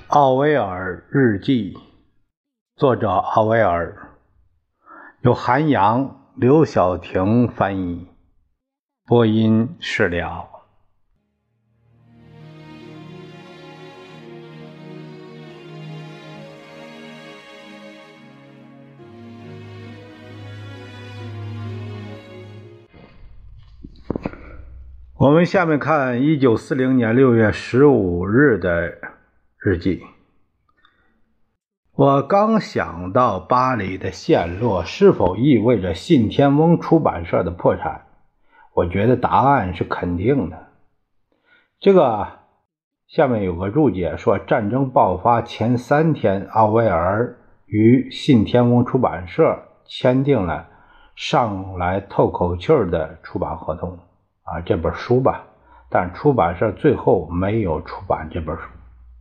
奥威尔日记，作者奥威尔，由韩阳、刘晓婷翻译，播音释了。我们下面看1940年6月15日的日记。我刚想到巴黎的陷落是否意味着信天翁出版社的破产，我觉得答案是肯定的。下面有个注解说，战争爆发前3天，奥威尔与信天翁出版社签订了上来透口气的出版合同这本书吧，但出版社最后没有出版这本书。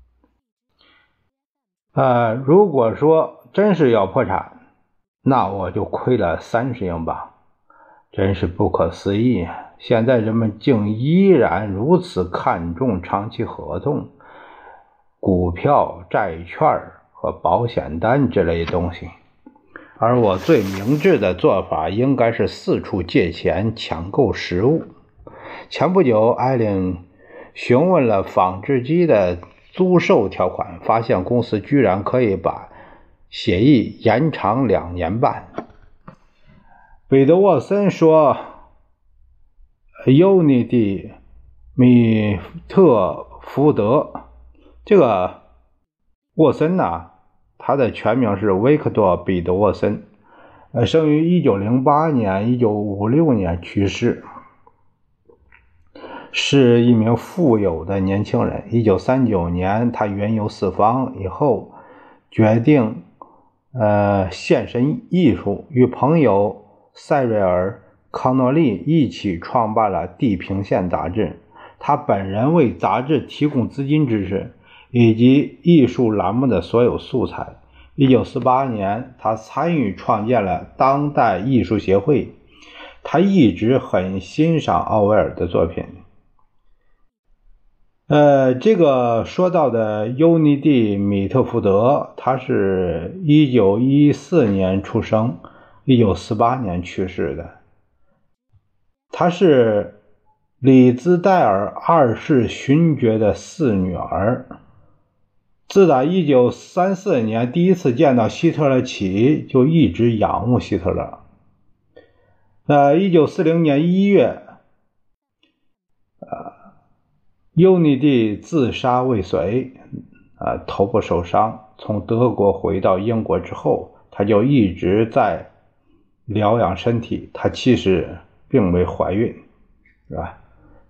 如果说真是要破产，那我就亏了30英镑，真是不可思议。现在人们竟依然如此看重长期合同、股票、债券和保险单之类的东西，而我最明智的做法应该是四处借钱抢购实物。前不久，艾琳询问了纺织机的租售条款，发现公司居然可以把协议延长2年半。彼得沃森说，尤尼蒂米特福德，这个沃森他的全名是维克多·彼得沃森，生于1908年，1956年去世，是一名富有的年轻人。1939年他云游四方以后，决定献身艺术，与朋友塞瑞尔·康诺利一起创办了《地平线》杂志。他本人为杂志提供资金支持以及艺术栏目的所有素材。1948年他参与创建了当代艺术协会。他一直很欣赏奥威尔的作品。这个说到的尤尼蒂米特福德，他是1914年出生，1948年去世的。他是李兹戴尔2世勋爵的4女儿。自打1934年第一次见到希特勒起，就一直仰慕希特勒。1940年1月，尤尼蒂自杀未遂，头部受伤。从德国回到英国之后，他就一直在疗养身体。他其实并未怀孕，是吧？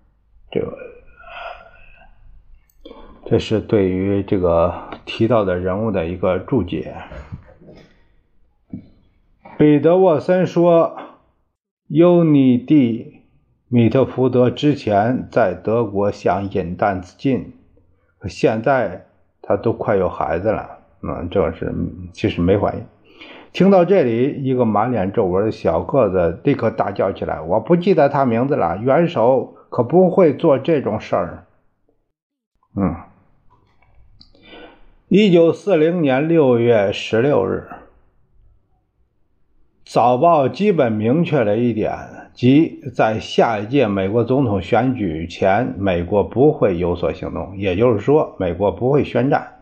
这是对于这个提到的人物的一个注解。彼得沃森说，尤尼蒂米特福德之前在德国想饮弹自尽，现在他都快有孩子了，这是其实没怀孕。听到这里，一个满脸皱纹的小个子立刻大叫起来，我不记得他名字了，元首可不会做这种事儿。1940年6月16日，早报基本明确了一点，即在下一届美国总统选举前，美国不会有所行动，也就是说，美国不会宣战。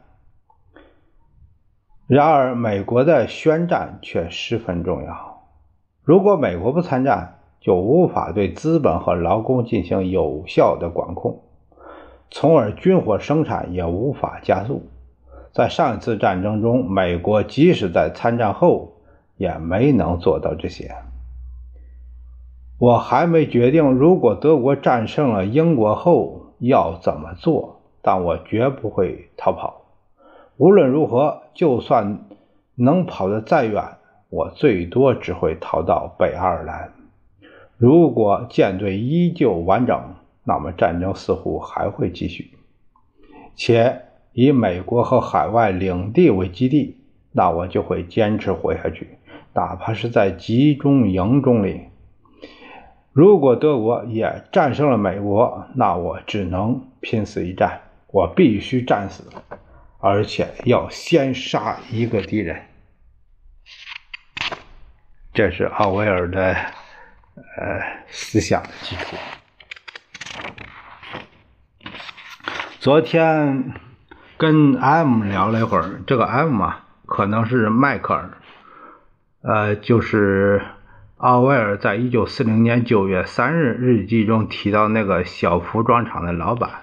然而，美国的宣战却十分重要。如果美国不参战，就无法对资本和劳工进行有效的管控，从而军火生产也无法加速。在上一次战争中，美国即使在参战后也没能做到这些。我还没决定如果德国战胜了英国后要怎么做，但我绝不会逃跑。无论如何，就算能跑得再远，我最多只会逃到北爱尔兰。如果舰队依旧完整，那么战争似乎还会继续，且以美国和海外领地为基地，那我就会坚持活下去，哪怕是在集中营中里。如果德国也战胜了美国，那我只能拼死一战，我必须战死， 而且要先杀一个敌人。这是奥威尔的思想的基础。昨天跟 M 聊了一会儿，这个 M 啊，可能是迈克尔，就是奥威尔在1940年9月3日日记中提到那个小服装厂的老板。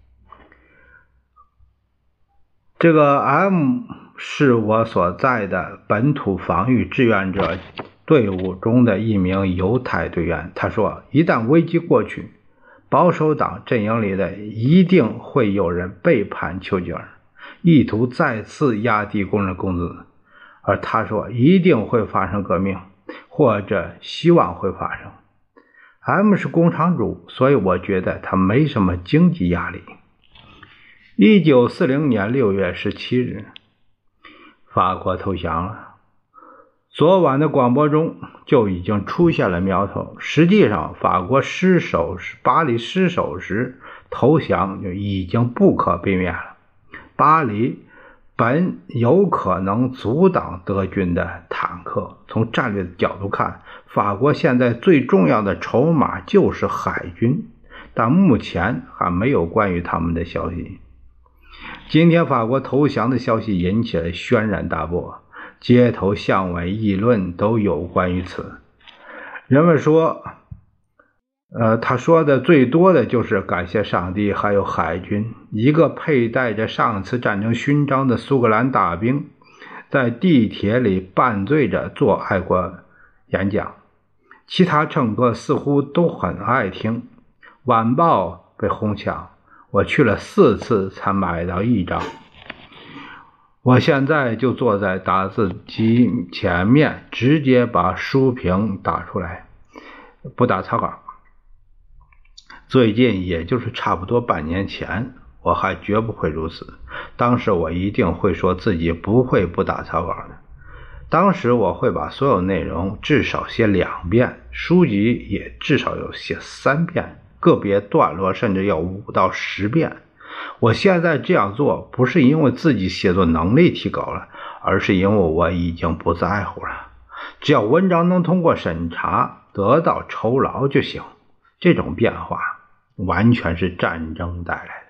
这个 M 是我所在的本土防御志愿者队伍中的一名犹太队员。他说，一旦危机过去，保守党阵营里的一定会有人背叛丘吉尔，意图再次压低工人工资。而他说一定会发生革命，或者希望会发生。M 是工厂主，所以我觉得他没什么经济压力。1940年6月17日，法国投降了。昨晚的广播中就已经出现了苗头。实际上，巴黎失守时，投降就已经不可避免了。巴黎本有可能阻挡德军的坦克。从战略的角度看，法国现在最重要的筹码就是海军，但目前还没有关于他们的消息。今天法国投降的消息引起了轩然大波，街头巷尾议论都有关于此。人们说，他说的最多的就是感谢上帝还有海军。一个佩戴着上次战争勋章的苏格兰大兵在地铁里半醉着做爱国演讲，其他乘客似乎都很爱听。晚报被哄抢，我去了4次才买到1张。我现在就坐在打字机前面，直接把书评打出来，不打草稿。最近也就是差不多半年前，我还绝不会如此。当时我一定会说自己不会不打草稿的。当时我会把所有内容至少写2遍，书籍也至少有写3遍，个别段落甚至要5到10遍。我现在这样做不是因为自己写作能力提高了，而是因为我已经不在乎了。只要文章能通过审查，得到酬劳就行。这种变化完全是战争带来的。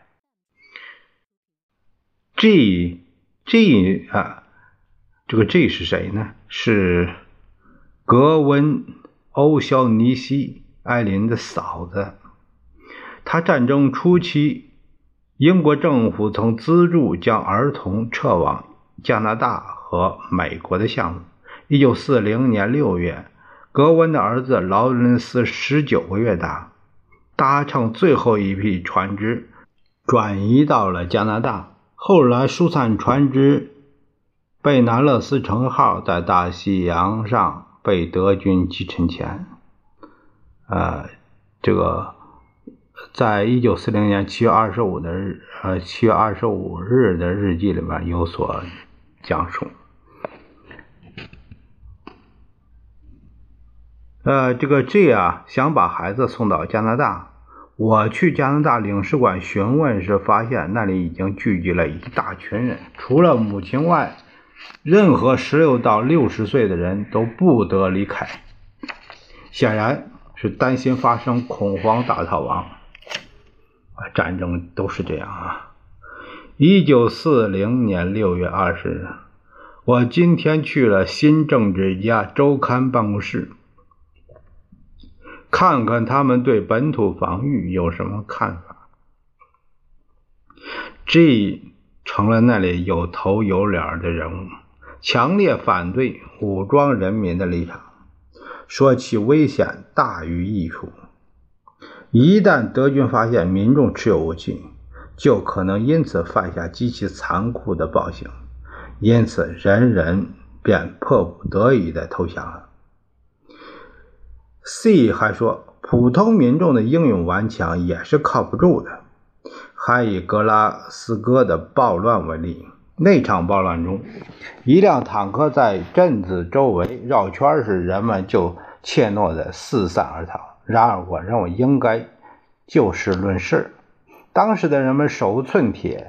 这个 G 是谁呢？是格温·欧肖尼西艾琳的嫂子。她战争初期，英国政府曾资助将儿童撤往加拿大和美国的项目。1940年6月，格温的儿子劳伦斯19个月大，搭乘最后一批船只转移到了加拿大。后来疏散船只贝南勒斯城号在大西洋上被德军击沉前，这个在1940年7月25日的日记里面有所讲述。这个 G 啊，想把孩子送到加拿大。我去加拿大领事馆询问时，发现那里已经聚集了一大群人，除了母亲外，任何16到60岁的人都不得离开。显然是担心发生恐慌大逃亡。战争都是这样啊。1940年6月20日，我今天去了新政治家周刊办公室，看看他们对本土防御有什么看法。G 成了那里有头有脸的人物，强烈反对武装人民的立场，说其危险大于益处。一旦德军发现民众持有武器，就可能因此犯下极其残酷的暴行，因此人人便迫不得已地投降了。C 还说，普通民众的英勇顽强也是靠不住的，还以格拉斯哥的暴乱为例。那场暴乱中，一辆坦克在镇子周围绕圈时，人们就怯懦地四散而逃。然而我认为应该就事论事。当时的人们手无寸铁，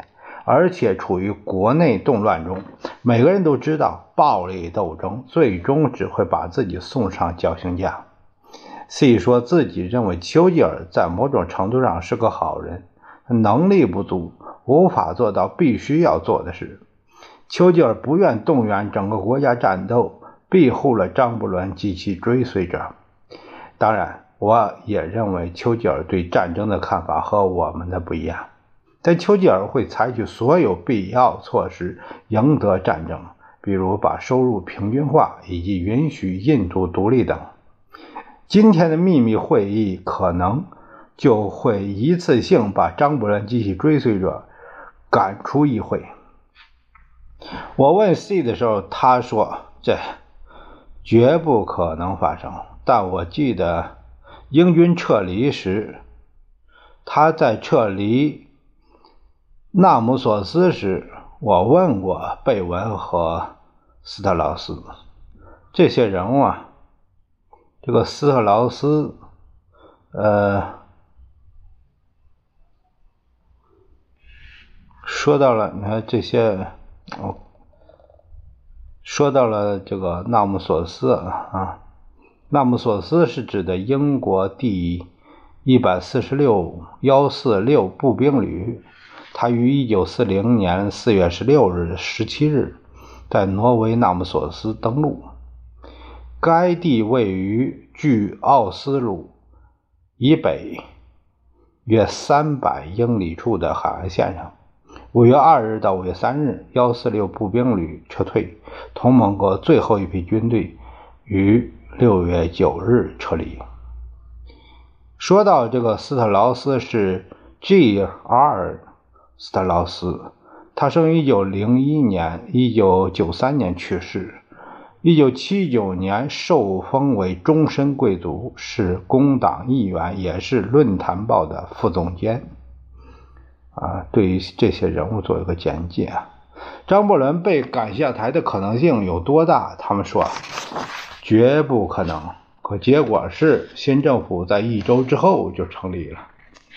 而且处于国内动乱中。每个人都知道，暴力斗争最终只会把自己送上绞刑架。C 说自己认为丘吉尔在某种程度上是个好人，能力不足，无法做到必须要做的事。丘吉尔不愿动员整个国家战斗，庇护了张伯伦及其追随者。当然，我也认为丘吉尔对战争的看法和我们的不一样，但丘吉尔会采取所有必要措施赢得战争，比如把收入平均化以及允许印度独立等。今天的秘密会议可能就会一次性把张伯伦及其追随者赶出议会。我问 C 的时候，他说这绝不可能发生，但我记得英军撤离时，他在撤离纳姆索斯时，我问过贝文和斯特劳斯这些人物啊。这个斯特劳斯说到了，你看这些说到了这个纳姆索斯啊，纳姆索斯是指的英国第146步兵旅，他于1940年4月16日、17日在挪威纳姆索斯登陆。该地位于距奥斯陆以北约300英里处的海岸线上。5月2日到5月3日，146步兵旅撤退，同盟国最后一批军队于6月9日撤离。说到这个斯特劳斯是 G.R. 斯特劳斯，他生于1901年，1993年去世。1979年受封为终身贵族，是工党议员，也是论坛报的副总监。对于这些人物做一个简介。张伯伦被赶下台的可能性有多大？他们说绝不可能。可结果是新政府在1周之后就成立了。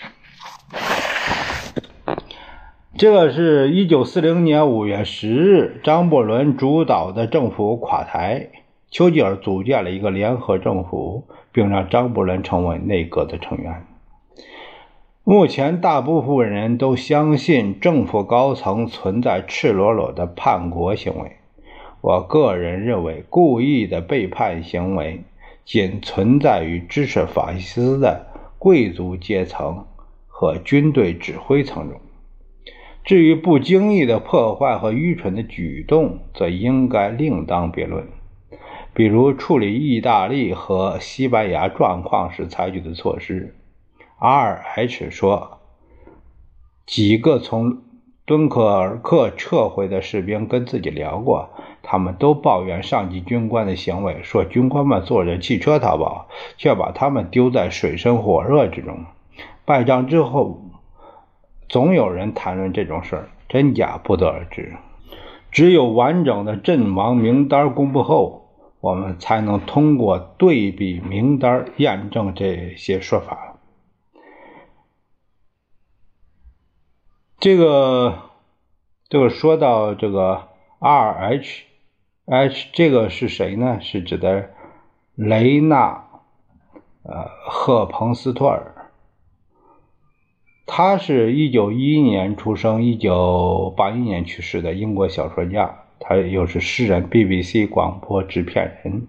这个是1940年5月10日，张伯伦主导的政府垮台，丘吉尔组建了一个联合政府，并让张伯伦成为内阁的成员。目前大部分人都相信政府高层存在赤裸裸的叛国行为。我个人认为，故意的背叛行为仅存在于支持法西斯的贵族阶层和军队指挥层中。至于不经意的破坏和愚蠢的举动，则应该另当别论。比如处理意大利和西班牙状况时采取的措施。R.H. 说，几个从敦刻尔克撤回的士兵跟自己聊过，他们都抱怨上级军官的行为，说军官们坐着汽车逃跑，却把他们丢在水深火热之中。败仗之后，总有人谈论这种事儿，真假不得而知。只有完整的阵亡名单公布后，我们才能通过对比名单验证这些说法。这个说到这个 R.H. 这个是谁呢？是指的雷纳赫彭斯托尔。他是1911年出生，1981年去世的英国小说家，他又是诗人， BBC 广播制片人。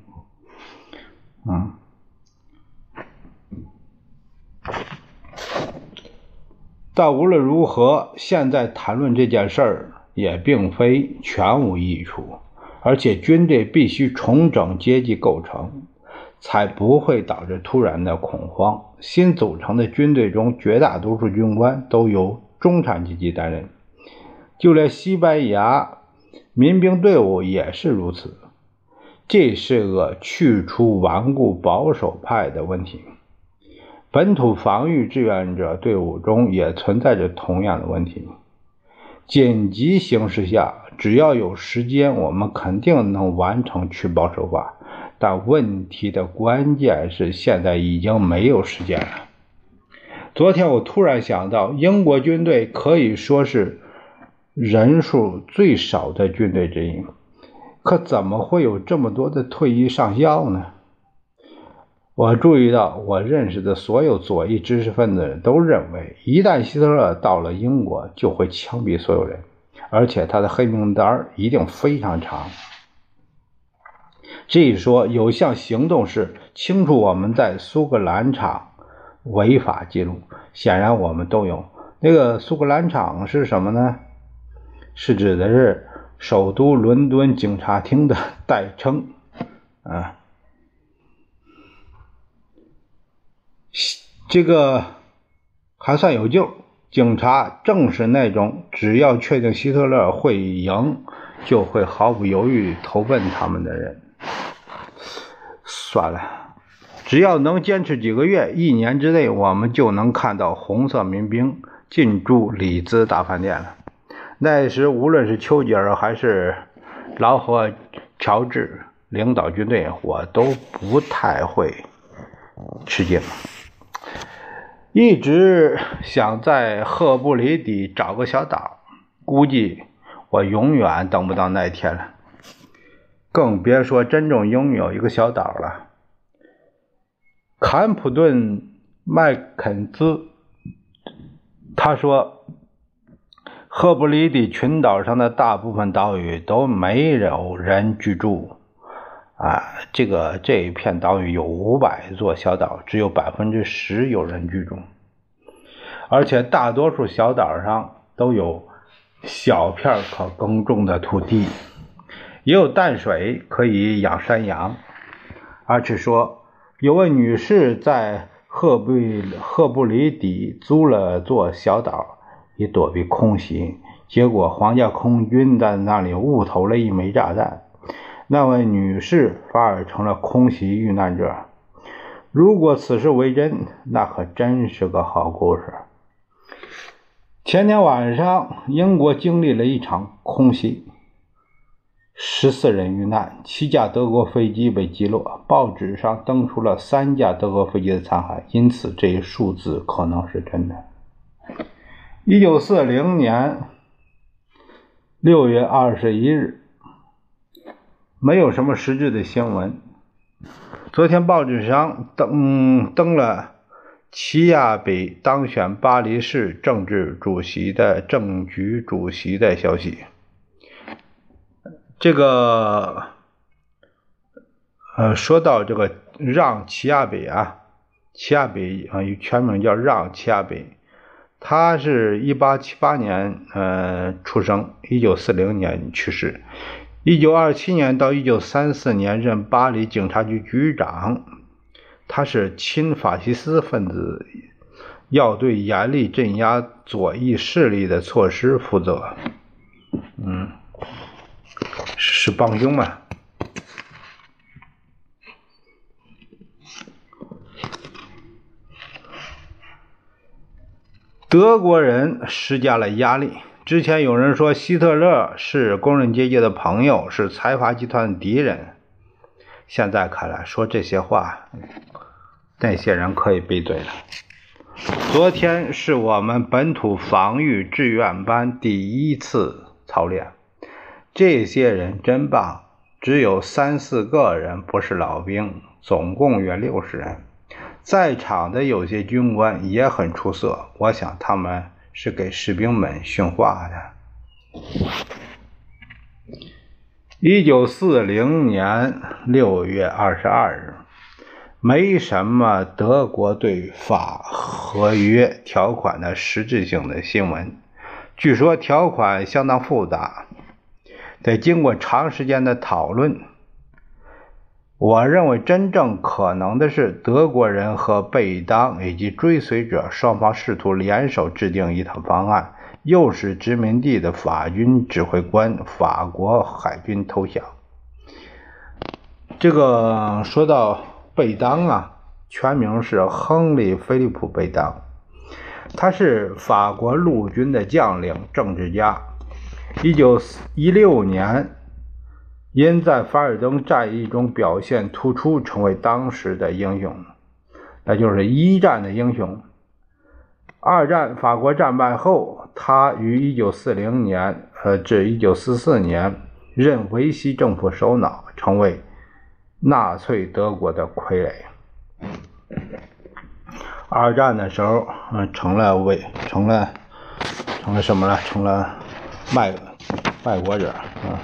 但无论如何，现在谈论这件事儿也并非全无益处，而且军队必须重整阶级构成，才不会导致突然的恐慌。新组成的军队中，绝大多数军官都由中产阶级担任，就连西班牙民兵队伍也是如此。这是个去除顽固保守派的问题。本土防御志愿者队伍中也存在着同样的问题。紧急形势下，只要有时间，我们肯定能完成去保守化。但问题的关键是，现在已经没有时间了。昨天我突然想到，英国军队可以说是人数最少的军队之一。可怎么会有这么多的退役上校呢？我注意到，我认识的所有左翼知识分子都认为，一旦希特勒到了英国，就会枪毙所有人，而且他的黑名单一定非常长。至于说有项行动是清除我们在苏格兰场违法记录，显然我们都有。那个苏格兰场是什么呢？是指的是首都伦敦警察厅的代称啊。这个还算有救，警察正是那种只要确定希特勒会赢，就会毫不犹豫投奔他们的人。算了，只要能坚持几个月，1年之内我们就能看到红色民兵进驻里兹大饭店了。那时无论是丘吉尔还是劳合乔治领导军队，我都不太会吃惊。一直想在赫布里底找个小岛，估计我永远等不到那一天了，更别说真正拥有一个小岛了。坎普顿麦肯兹他说，赫布里底群岛上的大部分岛屿都没有人居住这一片岛屿有500座小岛，只有10%有人居住，而且大多数小岛上都有小片可耕种的土地，也有淡水可以养山羊。而且说，有位女士在赫布里底租了座小岛，以躲避空袭，结果皇家空军在那里误投了一枚炸弹，那位女士反而成了空袭遇难者。如果此事为真，那可真是个好故事。前天晚上，英国经历了一场空袭，14人遇难，7架德国飞机被击落，报纸上登出了3架德国飞机的残骸，因此这一数字可能是真的。1940年6月21日，没有什么实质的新闻。昨天报纸上登了齐亚比当选巴黎市政局主席的消息。这个说到这个让齐亚比全名叫让齐亚比，他是1878年出生，1940年去世。1927年到1934年任巴黎警察局局长，他是亲法西斯分子，要对严厉镇压左翼势力的措施负责。是帮凶嘛？德国人施加了压力。之前有人说希特勒是工人阶级的朋友，是财阀集团的敌人。现在看来，说这些话，那些人可以闭嘴了。昨天是我们本土防御志愿班第1次操练，这些人真棒，只有3-4个人不是老兵，总共约60人。在场的有些军官也很出色，我想他们是给士兵们训话的。1940年6月22日，没什么德国对法合约条款的实质性的新闻。据说条款相当复杂，得经过长时间的讨论。我认为真正可能的是，德国人和贝当以及追随者双方试图联手制定一套方案，诱使殖民地的法军指挥官法国海军投降。这个说到贝当全名是亨利·菲利普·贝当，他是法国陆军的将领、政治家。1916年因在凡尔登战役中表现突出，成为当时的英雄，那就是1战的英雄。2战法国战败后，他于1940年至1944年任维希政府首脑，成为纳粹德国的傀儡。二战的时候，成了什么了？成了卖国者。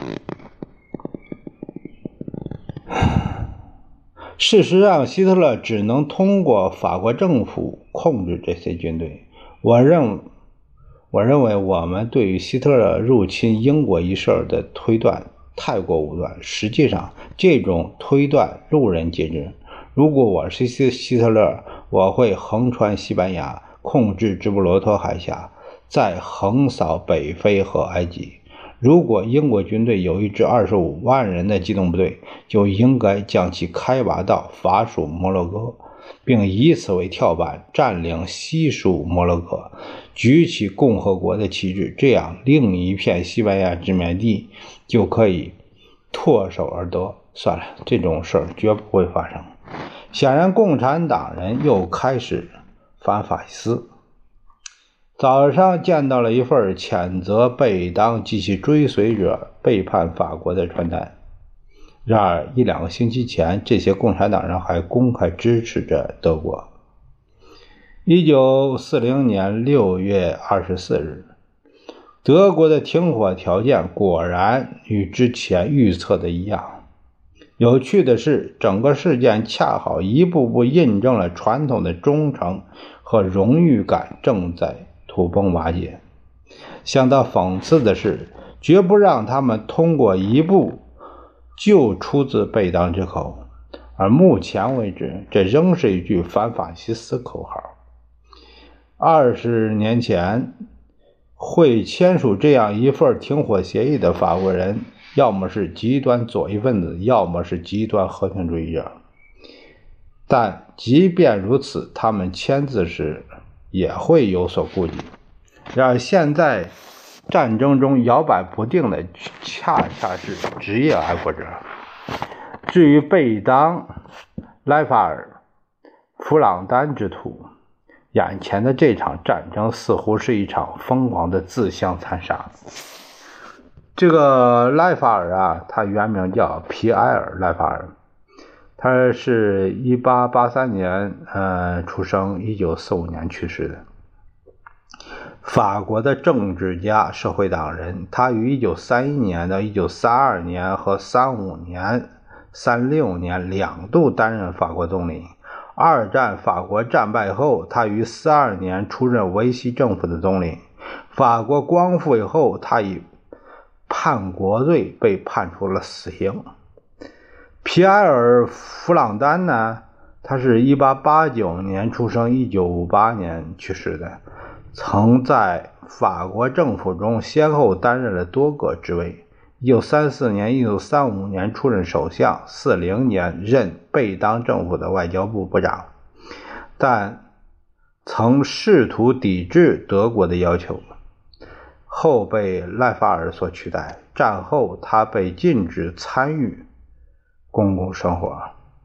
事实上，希特勒只能通过法国政府控制这些军队。我认为我们对于希特勒入侵英国一事的推断太过武断，实际上这种推断路人皆知。如果我是希特勒，我会横穿西班牙，控制直布罗陀海峡，再横扫北非和埃及。如果英国军队有一支25万人的机动部队，就应该将其开拔到法属摩洛哥，并以此为跳板占领西属摩洛哥，举起共和国的旗帜，这样另一片西班牙殖民地就可以唾手而得。算了，这种事儿绝不会发生。显然共产党人又开始反法西斯。早上见到了一份谴责贝当及其追随者背叛法国的传单。然而1-2个星期前，这些共产党人还公开支持着德国。1940年6月24日，德国的停火条件果然与之前预测的一样。有趣的是，整个事件恰好一步步印证了传统的忠诚和荣誉感正在土崩瓦解。相当讽刺的是，绝不让他们通过一步就出自贝当之口，而目前为止，这仍是一句反法西斯口号。20年前，会签署这样一份停火协议的法国人，要么是极端左翼分子，要么是极端和平主义者。但即便如此，他们签字时也会有所顾忌。然而现在战争中摇摆不定的恰恰是职业爱国者。至于贝当、莱法尔、弗朗丹之徒，眼前的这场战争似乎是一场疯狂的自相残杀。这个莱法尔啊，他原名叫皮埃尔·莱法尔，他是1883年出生，1945年去世的。法国的政治家、社会党人，他于1931年到1932年和35年、36年2度担任法国总理。二战法国战败后，他于42年出任维希政府的总理。法国光复以后，他以叛国罪被判处了死刑。皮埃尔·弗朗丹呢，他是1889年出生，1958年去世的，曾在法国政府中先后担任了多个职位。1934年、1935年出任首相，40年任贝当政府的外交部部长，但曾试图抵制德国的要求，后被赖法尔所取代。战后他被禁止参与公共生活。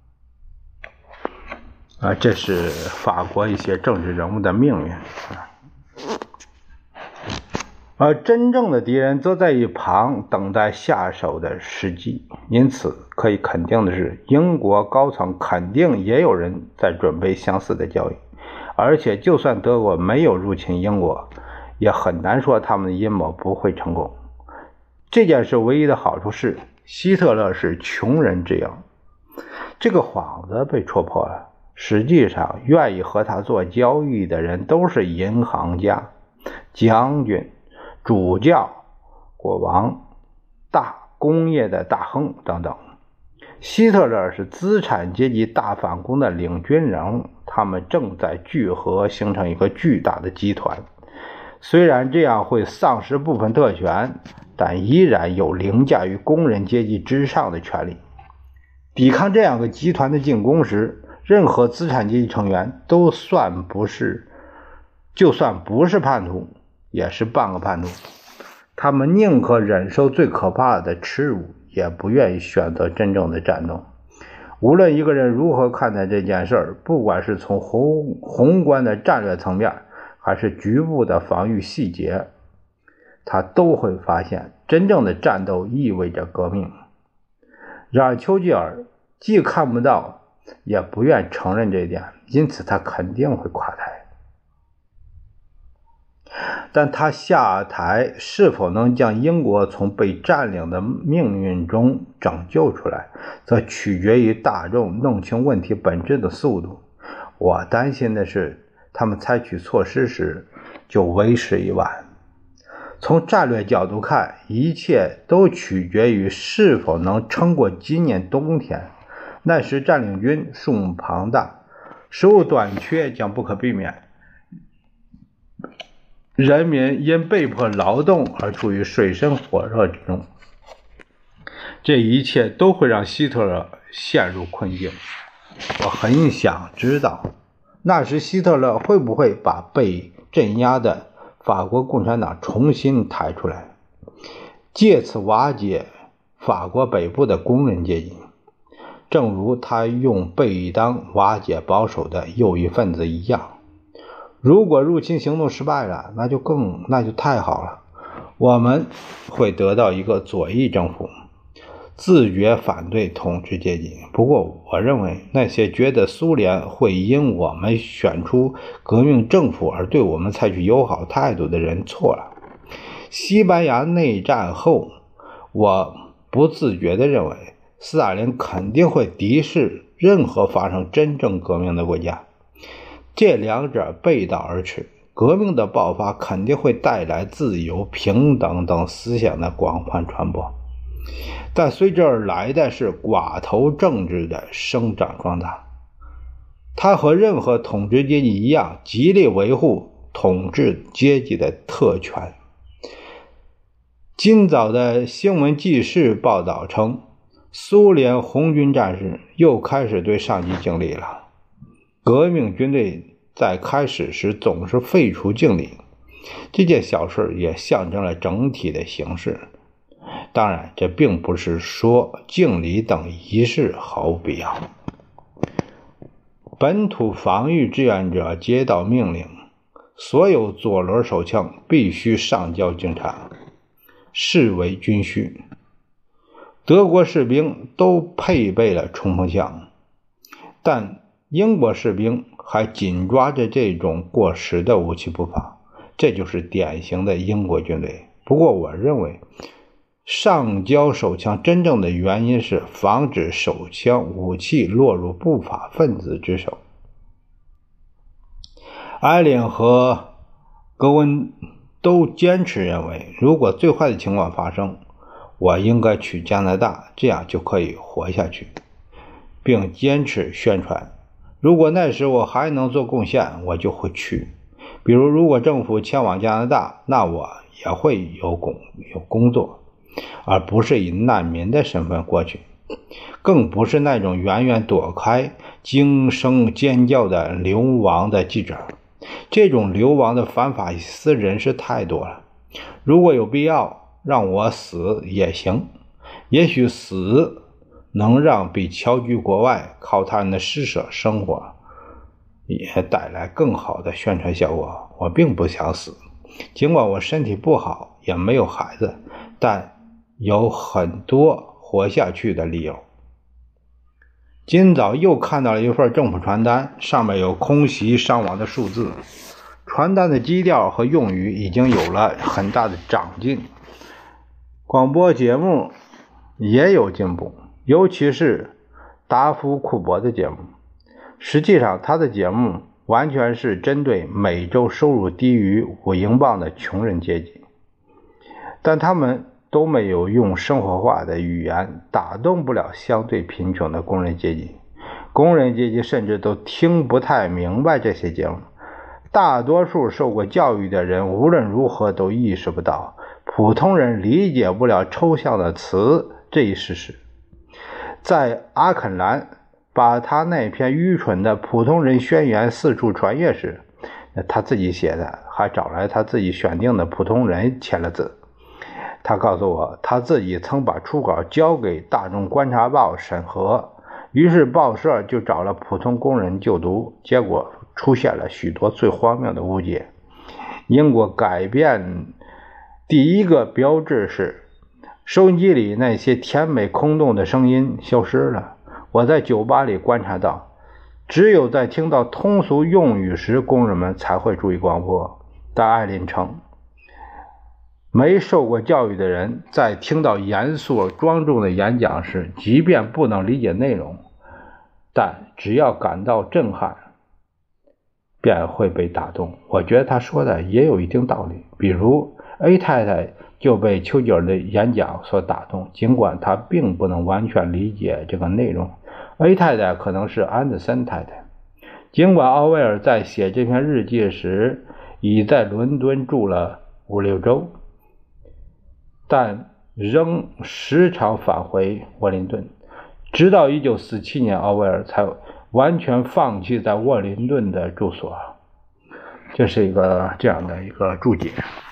这是法国一些政治人物的命运。而真正的敌人则在一旁等待下手的时机。因此可以肯定的是，英国高层肯定也有人在准备相似的交易，而且就算德国没有入侵英国，也很难说他们的阴谋不会成功。这件事唯一的好处是，希特勒是穷人之鹰，这个幌子被戳破了。实际上愿意和他做交易的人都是银行家、将军、主教、国王、大工业的大亨等等。希特勒是资产阶级大反攻的领军人物，他们正在聚合形成一个巨大的集团。虽然这样会丧失部分特权，但依然有凌驾于工人阶级之上的权利。抵抗这样个集团的进攻时，任何资产阶级成员就算不是叛徒，也是半个叛徒。他们宁可忍受最可怕的耻辱，也不愿意选择真正的战斗。无论一个人如何看待这件事，不管是从宏观的战略层面，还是局部的防御细节， 他都会发现真正的战斗意味着革命。然而丘吉尔既看不到也不愿承认这一点，因此他肯定会垮台。但他下台是否能将英国从被占领的命运中拯救出来，则取决于大众弄清问题本质的速度。我担心的是他们采取措施时就为时已晚。从战略角度看，一切都取决于是否能撑过今年冬天。那时占领军数目庞大，食物短缺将不可避免，人民因被迫劳动而处于水深火热之中，这一切都会让希特勒陷入困境。我很想知道，那时希特勒会不会把被镇压的法国共产党重新抬出来，借此瓦解法国北部的工人阶级，正如他用贝当瓦解保守的右翼分子一样。如果入侵行动失败了，那就太好了，我们会得到一个左翼政府，自觉反对统治阶级。不过我认为那些觉得苏联会因我们选出革命政府而对我们采取友好态度的人错了。西班牙内战后，我不自觉地认为斯大林肯定会敌视任何发生真正革命的国家，这两者背道而驰。革命的爆发肯定会带来自由、平等等思想的广泛传播，但随之而来的是寡头政治的生长壮大。它和任何统治阶级一样，极力维护统治阶级的特权。今早的新闻纪事报道称，苏联红军战士又开始对上级敬礼了。革命军队在开始时总是废除敬礼，这件小事也象征了整体的形势。当然，这并不是说敬礼等仪式毫无必要。本土防御志愿者接到命令，所有左轮手枪必须上交警察，视为军需。德国士兵都配备了冲锋枪，但英国士兵还紧抓着这种过时的武器不放，这就是典型的英国军队。不过我认为上交手枪真正的原因是防止手枪武器落入不法分子之手。艾琳和格温都坚持认为，如果最坏的情况发生，我应该去加拿大，这样就可以活下去，并坚持宣传，如果那时我还能做贡献，我就会去。比如如果政府迁往加拿大，那我也会有工作，而不是以难民的身份过去，更不是那种远远躲开惊声尖叫的流亡的记者。这种流亡的反法西斯人士太多了，如果有必要让我死也行，也许死能让比侨居国外靠他人的施舍生活也带来更好的宣传效果。我并不想死，尽管我身体不好，也没有孩子，但有很多活下去的理由。今早又看到了一份政府传单，上面有空袭伤亡的数字。传单的基调和用语已经有了很大的长进，广播节目也有进步，尤其是达夫库伯的节目。实际上他的节目完全是针对每周收入低于5英镑的穷人阶级，但他们都没有用生活化的语言打动不了相对贫穷的工人阶级。工人阶级甚至都听不太明白这些节目。大多数受过教育的人无论如何都意识不到普通人理解不了抽象的词这一事实。在阿肯兰把他那篇愚蠢的普通人宣言四处传阅时，他自己写的，还找来他自己选定的普通人签了字。他告诉我，他自己曾把初稿交给大众观察报审核，于是报社就找了普通工人就读，结果出现了许多最荒谬的误解。英国改变第一个标志是收音机里那些甜美空洞的声音消失了。我在酒吧里观察到，只有在听到通俗用语时，工人们才会注意广播。在艾琳城，没受过教育的人在听到严肃庄重的演讲时，即便不能理解内容，但只要感到震撼，便会被打动。我觉得他说的也有一定道理。比如 A 太太就被丘吉尔的演讲所打动，尽管他并不能完全理解这个内容。A 太太可能是安德森太太，尽管奥威尔在写这篇日记时已在伦敦住了5-6周，但仍时常返回沃林顿。直到1947年，奥威尔才完全放弃在沃林顿的住所。这是一个这样的一个注解。